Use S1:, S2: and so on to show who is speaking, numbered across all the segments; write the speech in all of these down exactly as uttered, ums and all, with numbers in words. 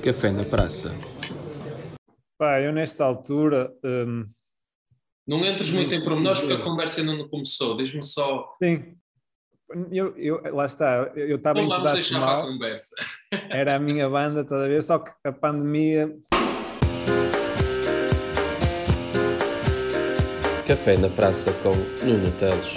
S1: Café na Praça.
S2: Pá, eu nesta altura... hum,
S3: Não entres
S2: nem
S3: muito em
S2: sei
S3: pormenores porque
S2: dizer.
S3: a conversa ainda não começou. Diz-me só.
S2: Sim, eu, eu, lá está, eu estava
S3: Não
S2: em
S3: vamos
S2: pedaço
S3: deixar para a
S2: mal,
S3: conversa.
S2: era a minha banda toda vez, só que a pandemia...
S1: Café na Praça com Nuno Teles.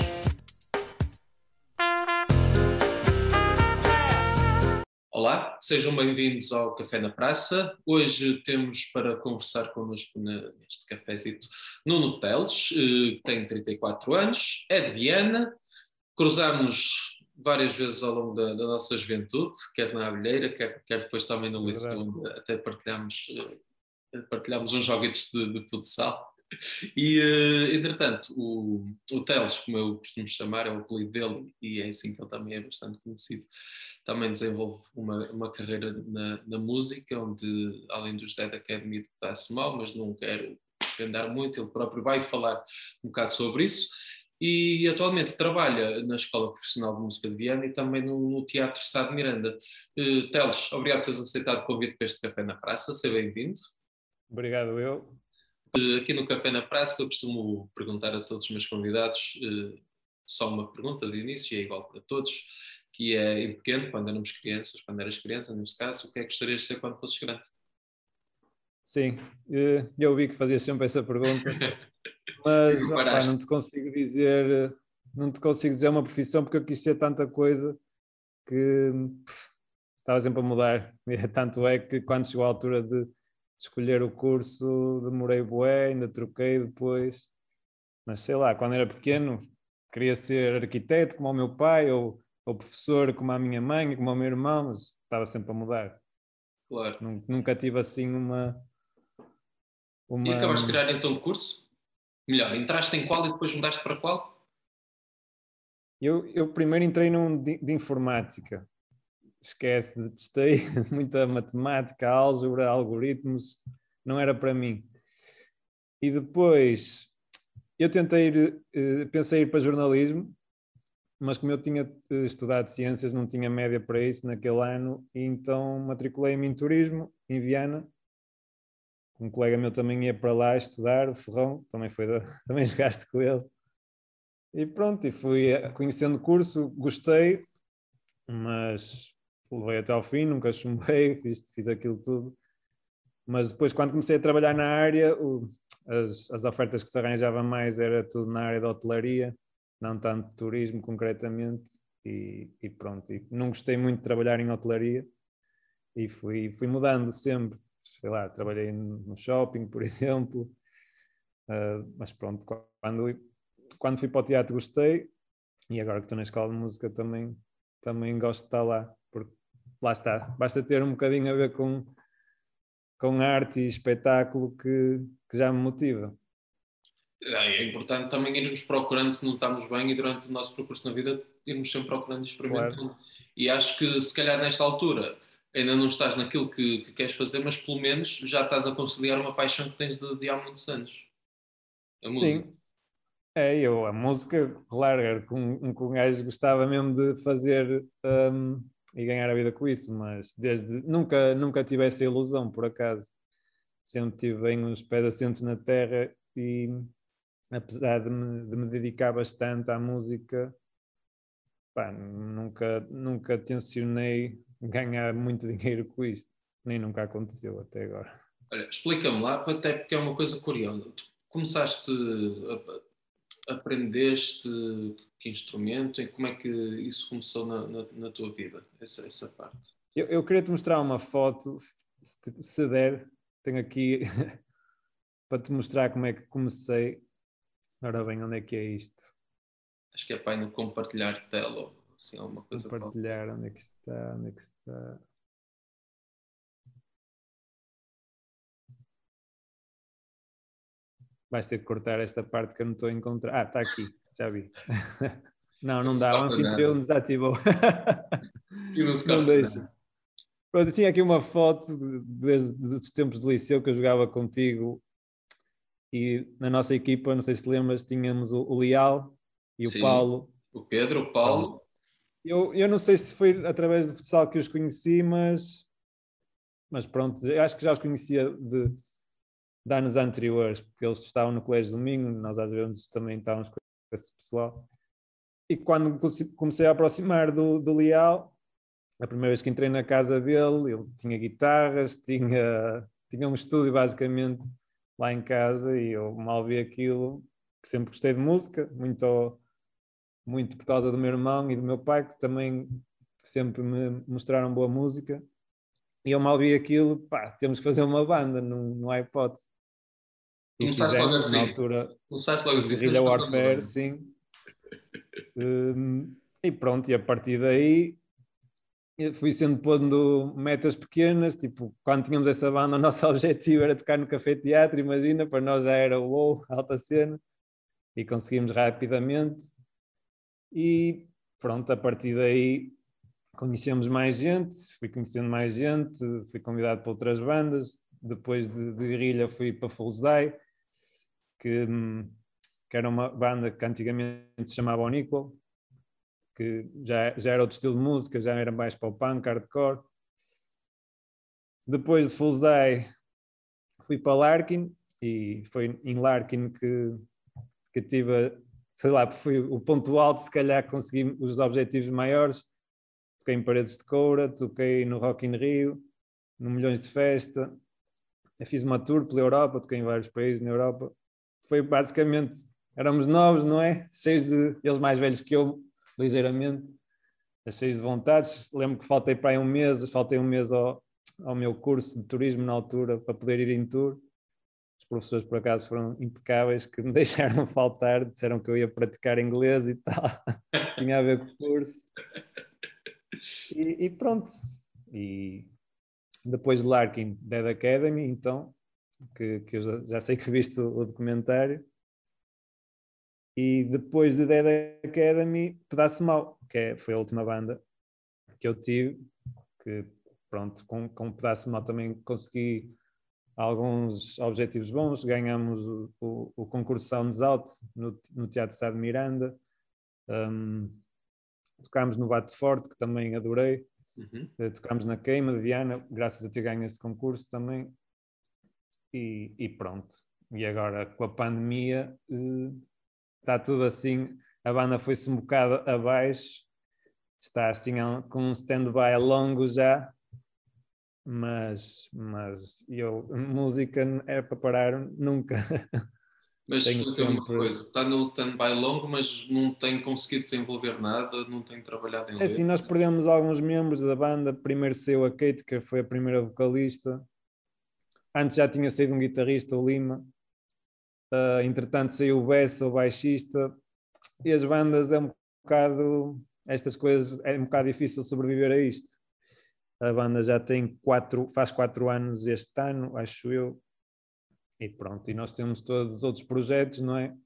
S3: Olá, sejam bem-vindos ao Café na Praça. Hoje temos para conversar connosco neste cafezito Nuno Teles, que tem trinta e quatro anos, é de Viana, cruzámos várias vezes ao longo da, da nossa juventude, quer na Abelheira, quer, quer depois também no Liceu, onde até partilhámos, partilhámos uns joguetes de, de futsal. E, uh, entretanto, o, o Teles, como eu costumo chamar, é o apelido dele e é assim que ele também é bastante conhecido. Também desenvolve uma, uma carreira na, na música, onde, além dos Dead Academy, está-se mal, mas não quero andar muito, ele próprio vai falar um bocado sobre isso. E atualmente trabalha na Escola Profissional de Música de Viana e também no, no Teatro Sá de Miranda. Uh, Teles, obrigado por teres aceitado o convite para este Café na Praça, seja bem-vindo.
S2: Obrigado eu.
S3: Aqui no Café na Praça eu costumo perguntar a todos os meus convidados uh, só uma pergunta de início, é igual para todos, que é em pequeno, quando éramos crianças, quando eras criança, neste caso, o que é que gostarias de ser quando fosses grande?
S2: Sim, eu vi que fazias sempre essa pergunta, mas opá, não te consigo dizer, não te consigo dizer uma profissão porque eu quis ser tanta coisa que pff, estava sempre a mudar. Tanto é que quando chegou a altura de escolher o curso, demorei bué, ainda troquei depois. Mas sei lá, quando era pequeno, queria ser arquiteto como o meu pai, ou, ou professor como a minha mãe, como o meu irmão, mas estava sempre a mudar.
S3: Claro.
S2: Nunca tive assim uma... uma...
S3: E acabaste de tirar então o curso? Melhor, entraste em qual e depois mudaste para qual?
S2: Eu, eu primeiro entrei num de, de informática. Esquece, detestei muita matemática, álgebra, algoritmos, não era para mim. E depois eu tentei ir, pensei ir para jornalismo, mas como eu tinha estudado ciências, não tinha média para isso naquele ano, e então matriculei-me em turismo, em Viana. Um colega meu também ia para lá estudar, o Ferrão, também, foi, também jogaste com ele. E pronto, e fui conhecendo o curso, gostei, mas levei até ao fim, nunca chumbei, fiz, fiz aquilo tudo. Mas depois, quando comecei a trabalhar na área, o, as, as ofertas que se arranjava mais era tudo na área da hotelaria, não tanto de turismo concretamente, e, e pronto. E não gostei muito de trabalhar em hotelaria e fui, fui mudando sempre. Sei lá, trabalhei no shopping, por exemplo, uh, mas pronto, quando, quando fui para o teatro gostei, e agora que estou na escola de música também, também gosto de estar lá, porque lá está, basta ter um bocadinho a ver com, com arte e espetáculo que, que já me motiva.
S3: É importante também irmos procurando se não estamos bem e durante o nosso percurso na vida irmos sempre procurando e experimentando. Claro. E acho que se calhar nesta altura ainda não estás naquilo que, que queres fazer, mas pelo menos já estás a conciliar uma paixão que tens de, de há muitos anos. A música.
S2: Sim, é eu, a música, claro, com, com um gajo gostava mesmo de fazer um, e ganhar a vida com isso, mas desde, nunca, nunca tive essa ilusão, por acaso. Sempre tive bem uns pés assentes na terra e apesar de me, de me dedicar bastante à música, pá, nunca, nunca tencionei ganhar muito dinheiro com isto. Nem nunca aconteceu até agora.
S3: Olha, explica-me lá, até porque é uma coisa curiosa. Tu começaste, a, aprendeste que instrumento e como é que isso começou na, na, na tua vida, essa, essa parte?
S2: Eu, eu queria te mostrar uma foto, se, se, se der, tenho aqui para te mostrar como é que comecei. Ora bem, onde é que é isto?
S3: Acho que é para no compartilhar tela ou assim, alguma coisa.
S2: Compartilhar, qualquer. Onde é que está? Onde é que está? Vais ter que cortar esta parte que eu não estou a encontrar. Ah, está aqui, já vi. Não, não, não dá, o anfitrião nada. Desativou.
S3: E não se
S2: não deixa.
S3: Nada.
S2: Pronto, eu tinha aqui uma foto de, desde os tempos de liceu que eu jogava contigo e na nossa equipa, não sei se lembras, tínhamos o, o Leal e
S3: Sim,
S2: o Paulo.
S3: O Pedro, o Paulo.
S2: Eu, eu não sei se foi através do futsal que os conheci, mas mas pronto, eu acho que já os conhecia de, de anos anteriores, porque eles estavam no Colégio Domingo, nós às vezes também estávamos com esse pessoal. E quando comecei a aproximar do, do Leal, a primeira vez que entrei na casa dele, ele tinha guitarras, tinha, tinha um estúdio basicamente lá em casa, e eu mal vi aquilo, sempre gostei de música, muito, muito por causa do meu irmão e do meu pai, que também sempre me mostraram boa música, e eu mal vi aquilo, pá, temos que fazer uma banda, não, não há hipótese. E
S3: Começaste logo
S2: fizemos,
S3: assim.
S2: na altura,
S3: Começaste logo assim.
S2: Guerrilla Warfare, sim. Um, e pronto, e a partir daí fui sendo pondo metas pequenas, tipo, quando tínhamos essa banda, o nosso objetivo era tocar no Café Teatro, imagina, para nós já era wow, alta cena, e conseguimos rapidamente. E pronto, a partir daí conhecemos mais gente, fui conhecendo mais gente, fui convidado para outras bandas, depois de, de Guerrilha fui para Fool's Die, que, que era uma banda que antigamente se chamava Unequal, que já, já era outro estilo de música, já era mais para o punk, hardcore. Depois de Fool's Die fui para Larkin, e foi em Larkin que, que tive, sei lá, foi o ponto alto, se calhar consegui os objetivos maiores. Toquei em Paredes de Coura, toquei no Rock in Rio, no Milhões de Festa, eu fiz uma tour pela Europa, toquei em vários países na Europa. Foi basicamente, éramos novos, não é? Cheios de, eles mais velhos que eu, ligeiramente, cheios de vontades. Lembro que faltei para aí um mês, faltei um mês ao, ao meu curso de turismo na altura para poder ir em tour. Os professores, por acaso, foram impecáveis, que me deixaram faltar, disseram que eu ia praticar inglês e tal, tinha a ver com o curso. E, e pronto. E depois de Larkin, Dead Academy, então, que, que eu já, já sei que viste o, o documentário. E depois de Dead Academy, Pedaço Mau, que é, foi a última banda que eu tive, que pronto, com, com Pedaço Mau também consegui alguns objetivos bons. Ganhamos o, o, o concurso Sounds Out no, no Teatro Sá de Miranda. Um, tocámos no Bate Forte, que também adorei.
S3: Uhum.
S2: Uh, tocámos na Queima de Viana, graças a ter ganho esse concurso também. E, e pronto. E agora, com a pandemia, uh, está tudo assim. A banda foi-se um bocado abaixo. Está assim com um stand-by longo já. Mas, mas eu, música é para parar nunca.
S3: Mas
S2: Tenho
S3: explica-me uma
S2: sempre...
S3: coisa, está no stand-by longo, mas não tem conseguido desenvolver nada, não tem trabalhado em
S2: É assim,
S3: letra.
S2: nós perdemos alguns membros da banda. Primeiro saiu a Kate, que foi a primeira vocalista. Antes já tinha saído um guitarrista, o Lima. Uh, entretanto saiu o Bessa, o baixista. E as bandas é um bocado... Estas coisas, é um bocado difícil sobreviver a isto. A banda já tem quatro, faz quatro anos este ano, acho eu. E pronto, e nós temos todos os outros projetos, não é?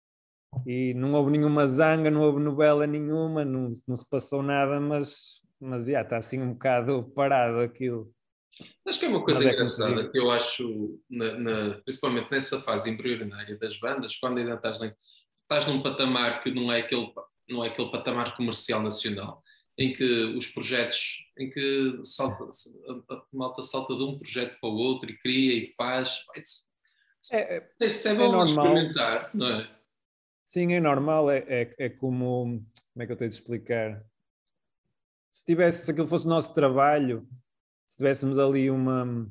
S2: E não houve nenhuma zanga, não houve novela nenhuma, não, não se passou nada, mas, mas já, está assim um bocado parado aquilo.
S3: Acho que é uma coisa
S2: Mas é
S3: engraçada que eu acho, na, na, principalmente nessa fase embrionária das bandas, quando ainda estás, em, estás num patamar que não é, aquele, não é aquele patamar comercial nacional, em que os projetos, em que salta, a, a malta salta de um projeto para o outro e cria e faz. Isso,
S2: É, é,
S3: isso é
S2: é
S3: bom
S2: normal.
S3: experimentar, não é?
S2: Sim, é normal. É, é, é como... Como é que eu tenho de explicar? Se tivesse, se aquilo fosse o nosso trabalho, se tivéssemos ali uma...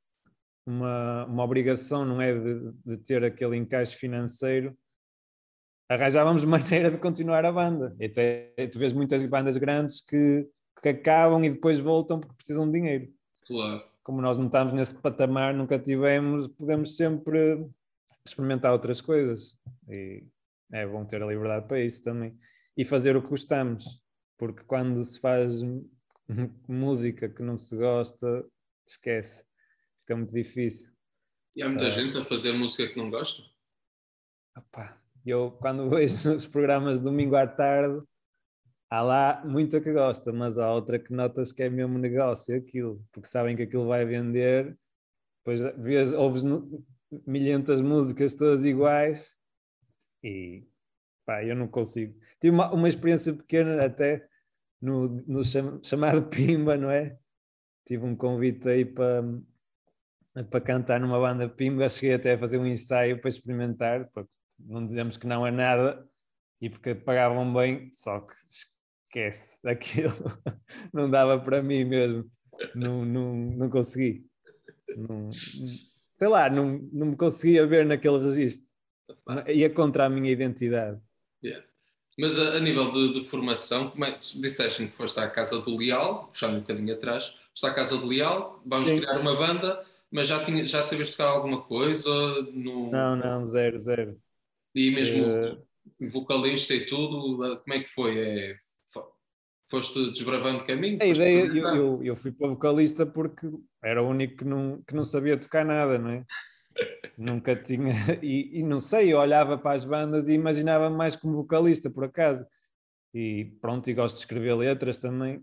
S2: Uma, uma obrigação, não é, de, de ter aquele encaixe financeiro, arranjávamos maneira de continuar a banda. E até, tu vês muitas bandas grandes que, que acabam e depois voltam porque precisam de dinheiro.
S3: Claro.
S2: Como nós não estamos nesse patamar, nunca tivemos, podemos sempre experimentar outras coisas. E é bom ter a liberdade para isso também. E fazer o que gostamos. Porque quando se faz música que não se gosta, esquece. Fica muito difícil.
S3: E há muita
S2: Uh,
S3: gente a fazer música que não gosta?
S2: Opa, eu quando vejo os programas de domingo à tarde, há lá muita que gosta, mas há outra que notas que é mesmo negócio aquilo, porque sabem que aquilo vai vender, depois vês, ouves milhentas músicas todas iguais e pá, eu não consigo. Tive uma, uma experiência pequena até no, no cham, chamado Pimba, não é? tive um convite aí para, para cantar numa banda Pimba, cheguei até a fazer um ensaio para experimentar, porque não dizemos que não é nada, e porque pagavam bem, só que esquece aquilo, não dava para mim mesmo, não, não, não consegui, não, sei lá, não, não me conseguia ver naquele registro, ia contra a minha identidade.
S3: Yeah. Mas a, a nível de, de formação, como é, disseste-me que foste à Casa do Leal, puxando um bocadinho atrás, foste à Casa do Leal, vamos
S2: Sim.
S3: criar uma banda, mas já, tinha, já sabias tocar alguma coisa? No...
S2: Não, não, zero, zero.
S3: E mesmo
S2: Uh,
S3: vocalista e tudo, como é que foi? É, foste desbravando caminho?
S2: a
S3: Foste
S2: ideia, eu, eu, eu fui para vocalista porque era o único que não, que não sabia tocar nada, não é? Nunca tinha, e, e não sei, eu olhava para as bandas e imaginava mais como vocalista, por acaso. E pronto, e gosto de escrever letras também.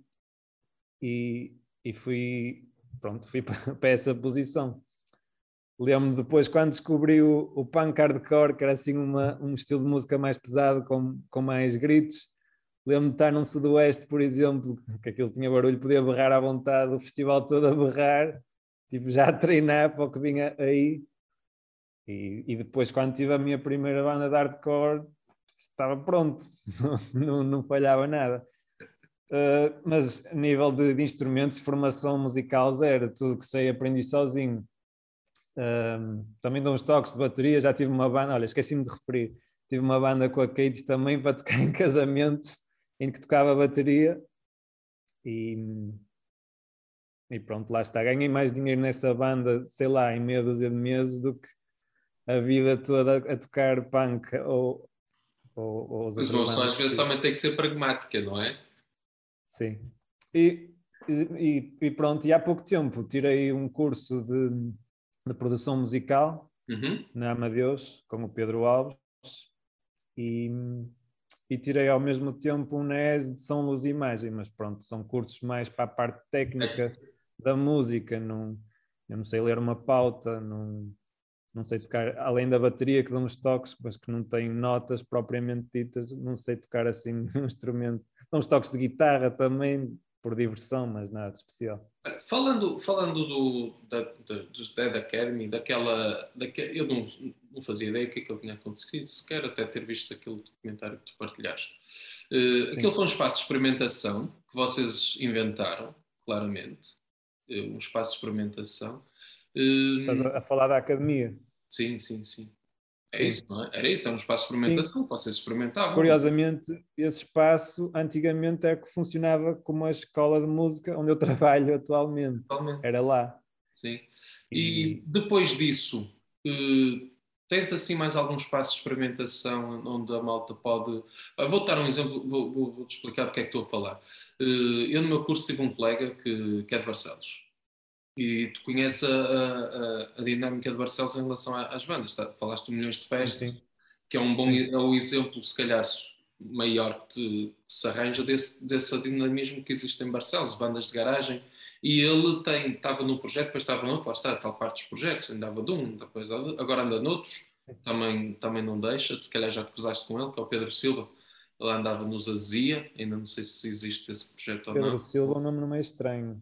S2: E, e fui, pronto, fui para, para essa posição. Lembro-me depois, quando descobri o, o punk hardcore, que era assim uma, um estilo de música mais pesado, com, com mais gritos. Lembro-me de estar num sudoeste, por exemplo, que aquilo tinha barulho, podia berrar à vontade, o festival todo a berrar, tipo, já a treinar para o que vinha aí. E, e depois, quando tive a minha primeira banda de hardcore, estava pronto, não, não, não falhava nada. Uh, mas a nível de, de instrumentos, formação musical zero, tudo que sei aprendi sozinho. Uh, também dou uns toques de bateria, já tive uma banda, olha, esqueci-me de referir, tive uma banda com a Kate também para tocar em casamentos, em que tocava bateria e, e pronto, lá está. Ganhei mais dinheiro nessa banda, sei lá, em meia dúzia de meses do que a vida toda a tocar punk ou, ou, ou as
S3: Mas
S2: outras
S3: uma pessoa
S2: bandas.
S3: às vezes
S2: Que...
S3: também tem que ser pragmática, não é?
S2: Sim. E, e, e pronto, e há pouco tempo tirei um curso de, de produção musical
S3: Uhum.
S2: na Amadeus, com o Pedro Alves, e, e tirei ao mesmo tempo um N E S de Som, Luz e Imagem, mas pronto, são cursos mais para a parte técnica da música, não, eu não sei ler uma pauta, não, não sei tocar, além da bateria que dá uns toques, mas que não tem notas propriamente ditas, não sei tocar assim um instrumento, dá uns toques de guitarra também, por diversão, mas nada de especial.
S3: Falando, falando do, da, da, do Dead Academy, daquela, daquela eu não, não fazia ideia que aquilo tinha acontecido, sequer até ter visto aquele documentário que tu partilhaste. Uh, aquilo foi um espaço de experimentação que vocês inventaram, claramente, uh, um espaço de experimentação. Uh,
S2: Estás a, a falar da academia?
S3: sim, sim, sim. É
S2: Sim.
S3: isso, não é? Era isso, é um espaço de experimentação que vocês experimentavam.
S2: Curiosamente, esse espaço antigamente é que funcionava como a escola de música onde eu trabalho atualmente.
S3: Totalmente.
S2: Era lá.
S3: Sim.
S2: E...
S3: e depois disso, uh, tens assim mais algum espaço de experimentação onde a malta pode... Uh, vou dar um exemplo, vou, vou, vou te explicar porque é que estou a falar. Uh, eu no meu curso tive um colega que, que é de Barcelos. E tu conheces a, a, a dinâmica de Barcelos em relação às bandas. Tá? Falaste de milhões de festas,
S2: sim, sim.
S3: que é um bom
S2: Sim.
S3: é o exemplo, se calhar, maior que se arranja desse, desse dinamismo que existe em Barcelos, bandas de garagem. E ele tem, estava num projeto, depois estava noutro, lá está, a tal parte dos projetos, andava de um, depois agora anda noutros, também, também não deixa, se calhar já te cruzaste com ele, que é o Pedro Silva. Ele andava nos Azia, ainda não sei se existe esse projeto
S2: Pedro
S3: ou não.
S2: Silva é um nome meio estranho.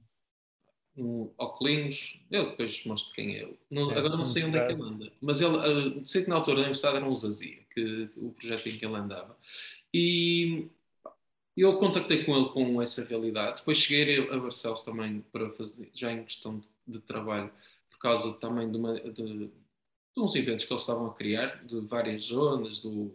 S3: Um Oclinos, eu depois mostro quem é ele. Não,
S2: É,
S3: agora
S2: se
S3: não
S2: me
S3: sei onde é que
S2: mostrares.
S3: ele anda, mas ele, uh, sei que na altura da universidade era um Zazia, que o projeto em que ele andava. E eu contactei com ele com essa realidade. Depois cheguei a Barcelos também para fazer, já em questão de, de trabalho, por causa também de, uma, de, de uns eventos que eles estavam a criar, de várias zonas, do,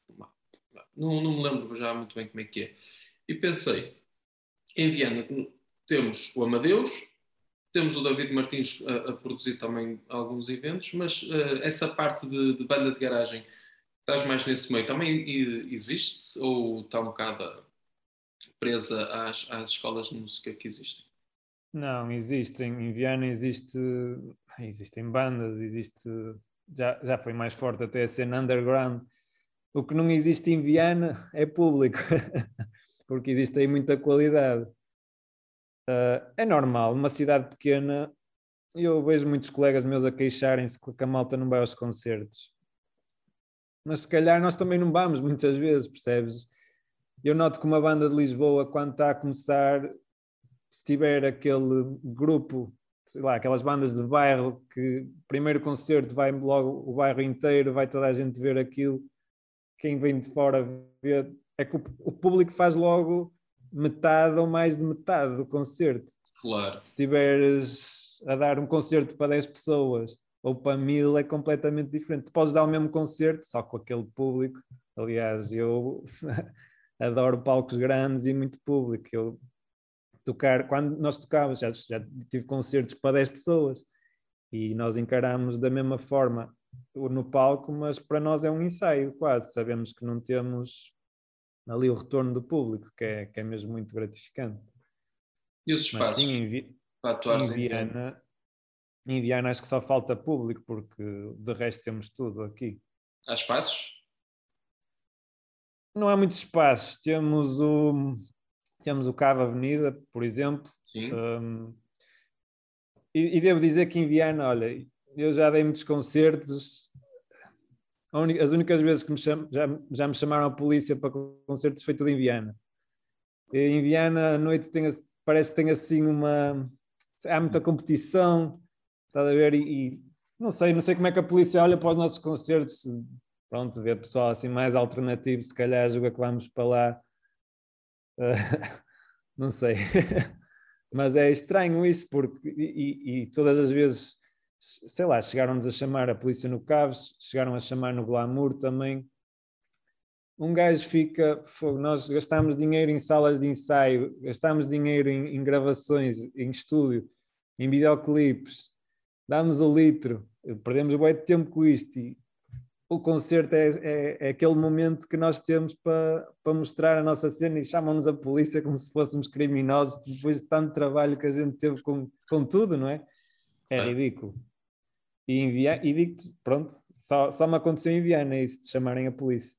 S3: não, não me lembro já muito bem como é que é. E pensei, em Viana temos o Amadeus, temos o David Martins a, a produzir também alguns eventos, mas uh, essa parte de, de banda de garagem, estás mais nesse meio, também existe ou está um bocado presa às, às escolas de música que existem?
S2: Não, existem. Em Viana existe, existem bandas, existe. Já, já foi mais forte até a cena underground. O que não existe em Viana é público, porque existe aí muita qualidade. Uh, é normal, numa cidade pequena, eu vejo muitos colegas meus a queixarem-se que a malta não vai aos concertos. Mas se calhar nós também não vamos muitas vezes, percebes? Eu noto que uma banda de Lisboa, quando está a começar, se tiver aquele grupo, sei lá, aquelas bandas de bairro que primeiro concerto vai logo o bairro inteiro, vai toda a gente ver aquilo, quem vem de fora ver, é que o, o público faz logo metade ou mais de metade do concerto.
S3: Claro.
S2: Se estiveres a dar um concerto para dez pessoas ou para mil, é completamente diferente. Tu podes dar o mesmo concerto, só com aquele público. Aliás, eu adoro palcos grandes e muito público. Eu tocar, quando nós tocávamos, já, já tive concertos para dez pessoas e nós encaramos da mesma forma no palco, mas para nós é um ensaio quase. Sabemos que não temos ali o retorno do público, que é, que é mesmo muito gratificante.
S3: E os
S2: Mas
S3: espaços
S2: sim, em, Vi-
S3: para atuar
S2: em
S3: em Viana?
S2: Viana, em Viana acho que só falta público, porque de resto temos tudo aqui.
S3: Há espaços?
S2: Não há muitos espaços. Temos o, temos o Cava Avenida, por exemplo.
S3: Sim.
S2: Um, e, e devo dizer que em Viana, olha, eu já dei muitos concertos. As únicas vezes que me cham, já, já me chamaram a polícia para concertos foi tudo em Viana. E em Viana à noite tem, parece que tem assim uma... Há muita competição, estás a ver? E, e não sei, não sei como é que a polícia olha para os nossos concertos. Pronto, vê pessoal assim mais alternativo, se calhar julga que vamos para lá. Uh, não sei. Mas é estranho isso, porque e, e todas as vezes, sei lá, chegaram-nos a chamar a polícia no Caves, chegaram a chamar no Glamour também. Um gajo fica, nós gastamos dinheiro em salas de ensaio, gastamos dinheiro em, em gravações, em estúdio, em videoclipes, damos o litro, perdemos bué de tempo com isto e o concerto é, é, é aquele momento que nós temos para, para mostrar a nossa cena e chamam-nos a polícia como se fôssemos criminosos depois de tanto trabalho que a gente teve com, com tudo, não é? É ridículo. E, em Viana, e digo-te, pronto, só, só me aconteceu em Viana isso, de chamarem a polícia.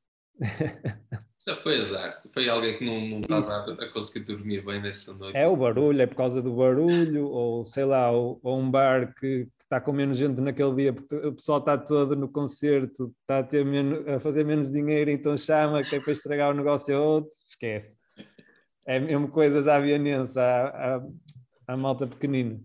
S3: Isso foi azar. Foi alguém que não, não estava a conseguir dormir bem nessa noite.
S2: É o barulho, é por causa do barulho, ou sei lá, ou, ou um bar que está com menos gente naquele dia, porque o pessoal está todo no concerto, está a, ter menos, a fazer menos dinheiro, então chama, que é para estragar o negócio a outro, esquece. É mesmo coisas à vianense, à, à, à malta pequenina.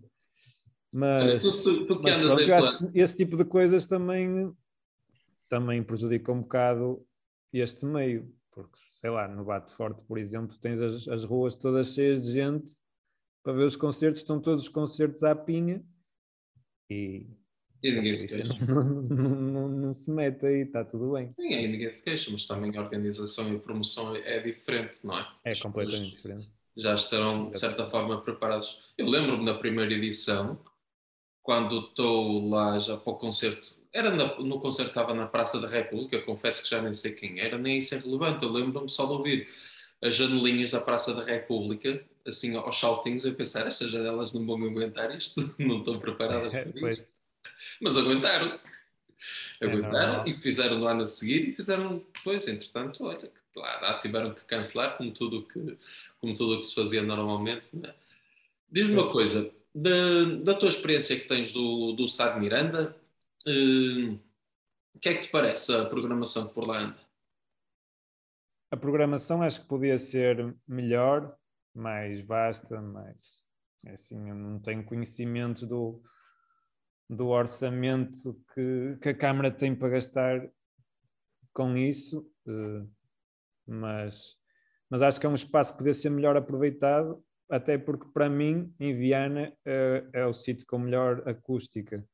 S2: Mas,
S3: tu, tu, tu
S2: mas pronto, eu acho que esse tipo de coisas também, também prejudica um bocado este meio. Porque, sei lá, no Bate Forte, por exemplo, tens as, as ruas todas cheias de gente para ver os concertos, estão todos os concertos à pinha e,
S3: e ninguém se queixa.
S2: Não, não, não, não se mete aí, está tudo bem.
S3: Sim, aí ninguém se queixa, mas também a organização e a promoção é diferente, não é?
S2: É
S3: As
S2: completamente diferente.
S3: Já estarão, de certa forma, preparados. Eu lembro-me na primeira edição, quando estou lá já para o concerto, era na, no concerto estava na Praça da República, confesso que já nem sei quem era, nem isso é relevante, eu lembro-me só de ouvir as janelinhas da Praça da República, assim aos saltinhos, eu pensar, estas janelas não vão aguentar isto, não estão preparadas para isto. Mas aguentaram.
S2: É
S3: aguentaram
S2: normal.
S3: E fizeram no ano a seguir e fizeram depois, entretanto, olha, lá tiveram que cancelar como tudo que, como tudo o que se fazia normalmente, né? Diz-me uma coisa, da, da tua experiência que tens do, do Sá de Miranda, uh, o que é que te parece a programação que por lá anda?
S2: A programação acho que podia ser melhor, mais vasta, mais assim, eu não tenho conhecimento do, do orçamento que, que a Câmara tem para gastar com isso, uh, mas, mas acho que é um espaço que podia ser melhor aproveitado, até porque para mim, em Viana, é, é o sítio com melhor acústica.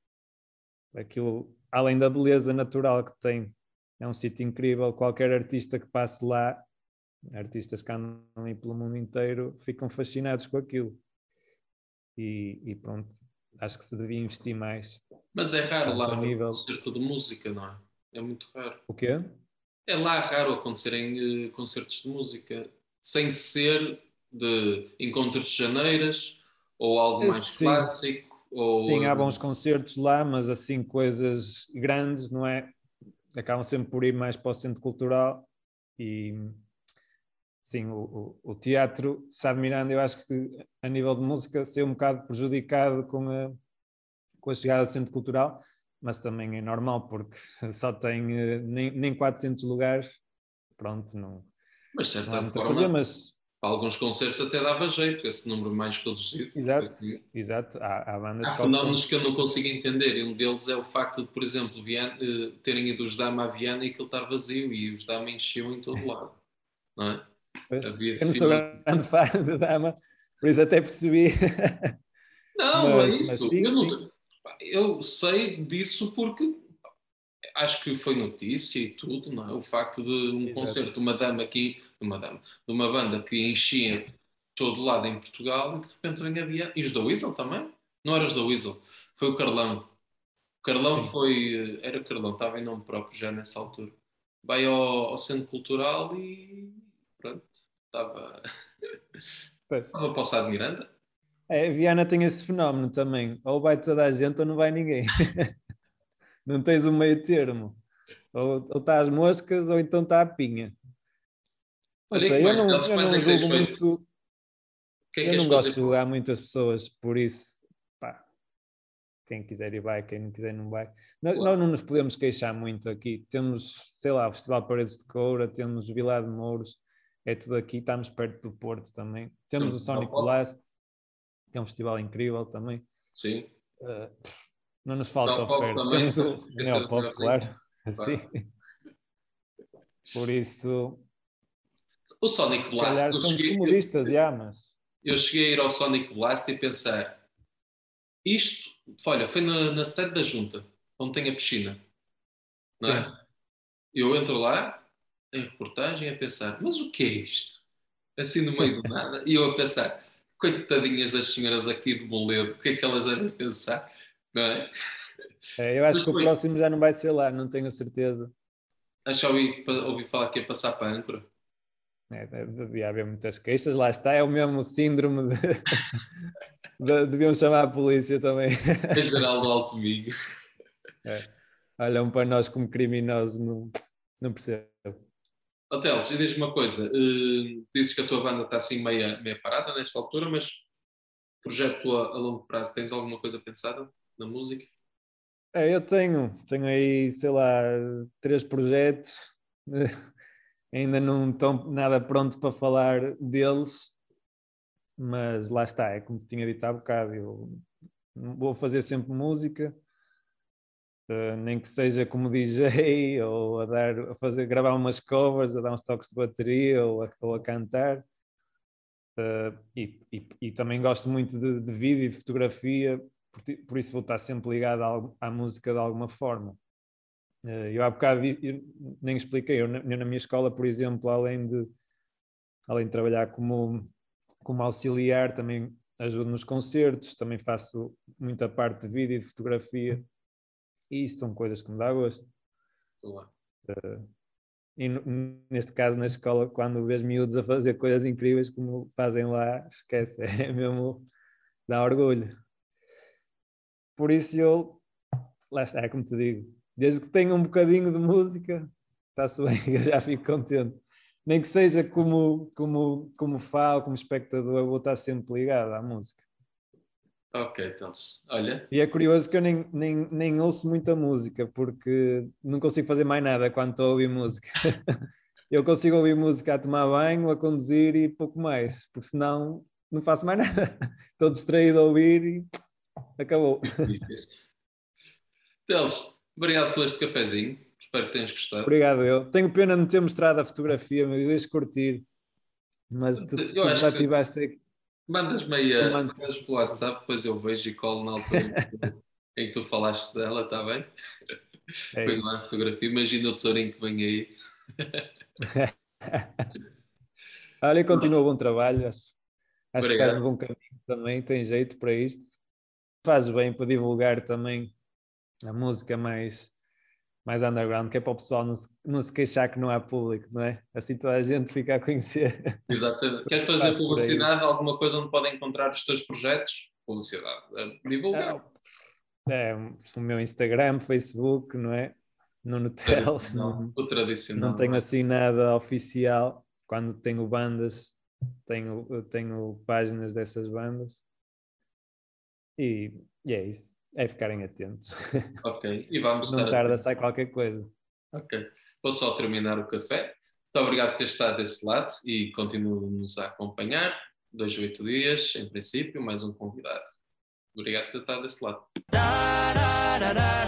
S2: Aquilo, além da beleza natural que tem, é um sítio incrível. Qualquer artista que passe lá, artistas que andam aí pelo mundo inteiro, ficam fascinados com aquilo. E, e pronto, acho que se devia investir mais.
S3: Mas é raro lá um
S2: nível...
S3: concerto de música, não é? É muito raro.
S2: O quê?
S3: É lá raro acontecerem uh, concertos de música, sem ser de encontros de janeiras ou algo mais
S2: Sim.
S3: clássico. Ou,
S2: Sim, há bons concertos lá, mas assim, coisas grandes, não é? Acabam sempre por ir mais para o centro cultural e sim, o, o, o teatro Sá de Miranda, eu acho que a nível de música saiu um bocado prejudicado com a, com a chegada do centro cultural, mas também é normal porque só tem nem, nem quatrocentos lugares, pronto, não,
S3: mas, de certa
S2: não há muito
S3: forma,
S2: a fazer, mas...
S3: Para alguns concertos até dava jeito, esse número mais reduzido.
S2: Exato,
S3: Assim,
S2: exato. Há, há bandas
S3: há
S2: que optam.
S3: fenómenos que eu não consigo entender. E um deles é o facto de, por exemplo, Viana, eh, terem ido os Dama a Viana e aquilo estar vazio e os Dama enchiam em todo lado, não é?
S2: Pois,
S3: Havia
S2: eu não sou
S3: filas.
S2: grande fã de Dama, por isso até percebi.
S3: Não, não é
S2: Mas,
S3: isso.
S2: mas sim,
S3: Eu,
S2: sim.
S3: não, eu sei disso porque acho que foi notícia e tudo, não é? O facto de um
S2: Exato.
S3: concerto de uma dama aqui, de uma dama, de uma banda que enchia todo lado em Portugal e que de repente vem a Viana. E os da Weasel também? Não era os da Weasel, foi o Carlão. O Carlão
S2: Sim.
S3: foi. Era Carlão, estava em nome próprio já nessa altura. Vai ao, ao Centro Cultural e pronto, estava,
S2: Pois.
S3: estava para o Sá de Miranda.
S2: É, Viana tem esse fenómeno também. Ou vai toda a gente ou não vai ninguém. Não tens um meio termo. Ou, ou está às moscas ou então está a pinha. Não
S3: Olha que
S2: sei, eu
S3: mais,
S2: não,
S3: Carlos,
S2: eu
S3: quais é
S2: não
S3: que tens
S2: julgo
S3: feito? O
S2: muito.
S3: que é que
S2: Eu
S3: queres
S2: não gosto
S3: fazer?
S2: de julgar muitas pessoas, por isso, pá, quem quiser ir vai, quem não quiser não vai. Nós, nós
S3: Claro.
S2: não nos podemos queixar muito aqui. Temos, sei lá, o Festival Paredes de Coura, temos o Vilar de Mouros, é tudo aqui, estamos perto do Porto também. Temos
S3: Temos
S2: o
S3: que dar o
S2: Sonic
S3: pop.
S2: Blast, que é um festival incrível também.
S3: Sim.
S2: Uh, não nos
S3: Dá
S2: falta
S3: o pop
S2: oferta.
S3: também,
S2: Temos
S3: estamos
S2: o
S3: a esquecer do
S2: Neopop,
S3: melhorzinho.
S2: claro, assim.
S3: Claro.
S2: Por isso,
S3: O Sonic
S2: se
S3: Blast,
S2: calhar
S3: eu
S2: somos
S3: cheguei, eu,
S2: comodistas, já, mas
S3: eu cheguei a ir ao Sonic Blast e pensar, isto, olha, foi na, na sede da Junta, onde tem a piscina, não
S2: sim.
S3: é? Eu entro lá, em reportagem, a pensar, mas o que é isto? Assim no meio do nada, e eu a pensar, coitadinhas das senhoras aqui de Moledo, o que é que elas devem pensar, não é?
S2: É, eu acho
S3: Mas
S2: que o
S3: depois,
S2: próximo já não vai ser lá, não tenho a certeza.
S3: acho que ouvi, ouvi falar que ia passar para a Âncora,
S2: É, devia haver muitas queixas, lá está, é o mesmo síndrome de, de, deviam chamar a polícia também.
S3: em geral do Alto Minho.
S2: É, olham para nós como criminosos, não, não percebo.
S3: Otelos, e diz-me uma coisa, uh, dizes que a tua banda está assim meia, meia parada nesta altura, mas projeto a, a longo prazo, tens alguma coisa pensada na música?
S2: É, eu tenho, tenho aí, sei lá, três projetos, ainda não estão nada pronto para falar deles, mas lá está, é como tinha dito há bocado, eu vou fazer sempre música, uh, nem que seja como D J ou a, dar, a fazer, gravar umas covers, a dar uns toques de bateria ou a, ou a cantar. Uh, e, e, e também gosto muito de, de vídeo e de fotografia, por, por isso vou estar sempre ligado à, à música de alguma forma. Uh, eu há bocado eu nem expliquei, eu na, eu na minha escola, por exemplo, além de, além de trabalhar como, como auxiliar, também ajudo nos concertos, também faço muita parte de vídeo e de fotografia, e isso são coisas que me dá gosto.
S3: Olá.
S2: Uh, e neste caso na escola, quando vês miúdos a fazer coisas incríveis como fazem lá, esquece, é mesmo, dá orgulho. Por isso eu, lá está, é como te digo, desde que tenha um bocadinho de música, está-se bem, eu já fico contente. Nem que seja como, como, como falo, como espectador, eu vou estar sempre ligado à música.
S3: Ok, Teles. Olha,
S2: E é curioso que eu nem, nem, nem ouço muita música, porque não consigo fazer mais nada quando estou a ouvir música. Eu consigo ouvir música a tomar banho, a conduzir e pouco mais, porque senão não faço mais nada. Estou distraído a ouvir e acabou.
S3: Teles, obrigado por este cafezinho. Espero que tenhas gostado.
S2: Obrigado, eu. Tenho pena de não ter mostrado a fotografia, mas deixo curtir. Mas tu,
S3: Eu
S2: tu
S3: acho que
S2: desativaste aqui.
S3: mandas-me aí
S2: Eu
S3: a,
S2: manto.
S3: mandas pelo WhatsApp, depois eu vejo e colo na altura em que tu, em que tu falaste dela, está bem?
S2: É
S3: Põe lá a
S2: isso.
S3: fotografia, imagina o tesourinho que vem aí.
S2: Olha, continua o bom trabalho. Acho, acho que estás no
S3: Obrigado.
S2: bom caminho também. Tem jeito para isto. Fazes bem para divulgar também a música mais, mais underground, que é para o pessoal não se, não se queixar que não há público, não é? Assim toda a gente fica a conhecer.
S3: Exatamente. Queres fazer
S2: Faz por aí.
S3: publicidade? Alguma coisa onde podem encontrar os teus projetos? Publicidade. Eh, Divulgar.
S2: Ah, é, o meu Instagram, Facebook, não é? Nuno Teles,
S3: Tradicional.
S2: não,
S3: O
S2: não
S3: tradicional, não
S2: tenho
S3: é?
S2: assim nada oficial. Quando tenho bandas, tenho, tenho páginas dessas bandas. E, e é isso. É ficarem atentos.
S3: Ok. E vamos
S2: Não
S3: estar
S2: tarda,
S3: atentos.
S2: sai qualquer coisa.
S3: Ok. Vou só terminar o café. Muito obrigado por ter estado desse lado e continue-nos a acompanhar. Dois, oito dias, em princípio, mais um convidado. Obrigado por ter estado desse lado.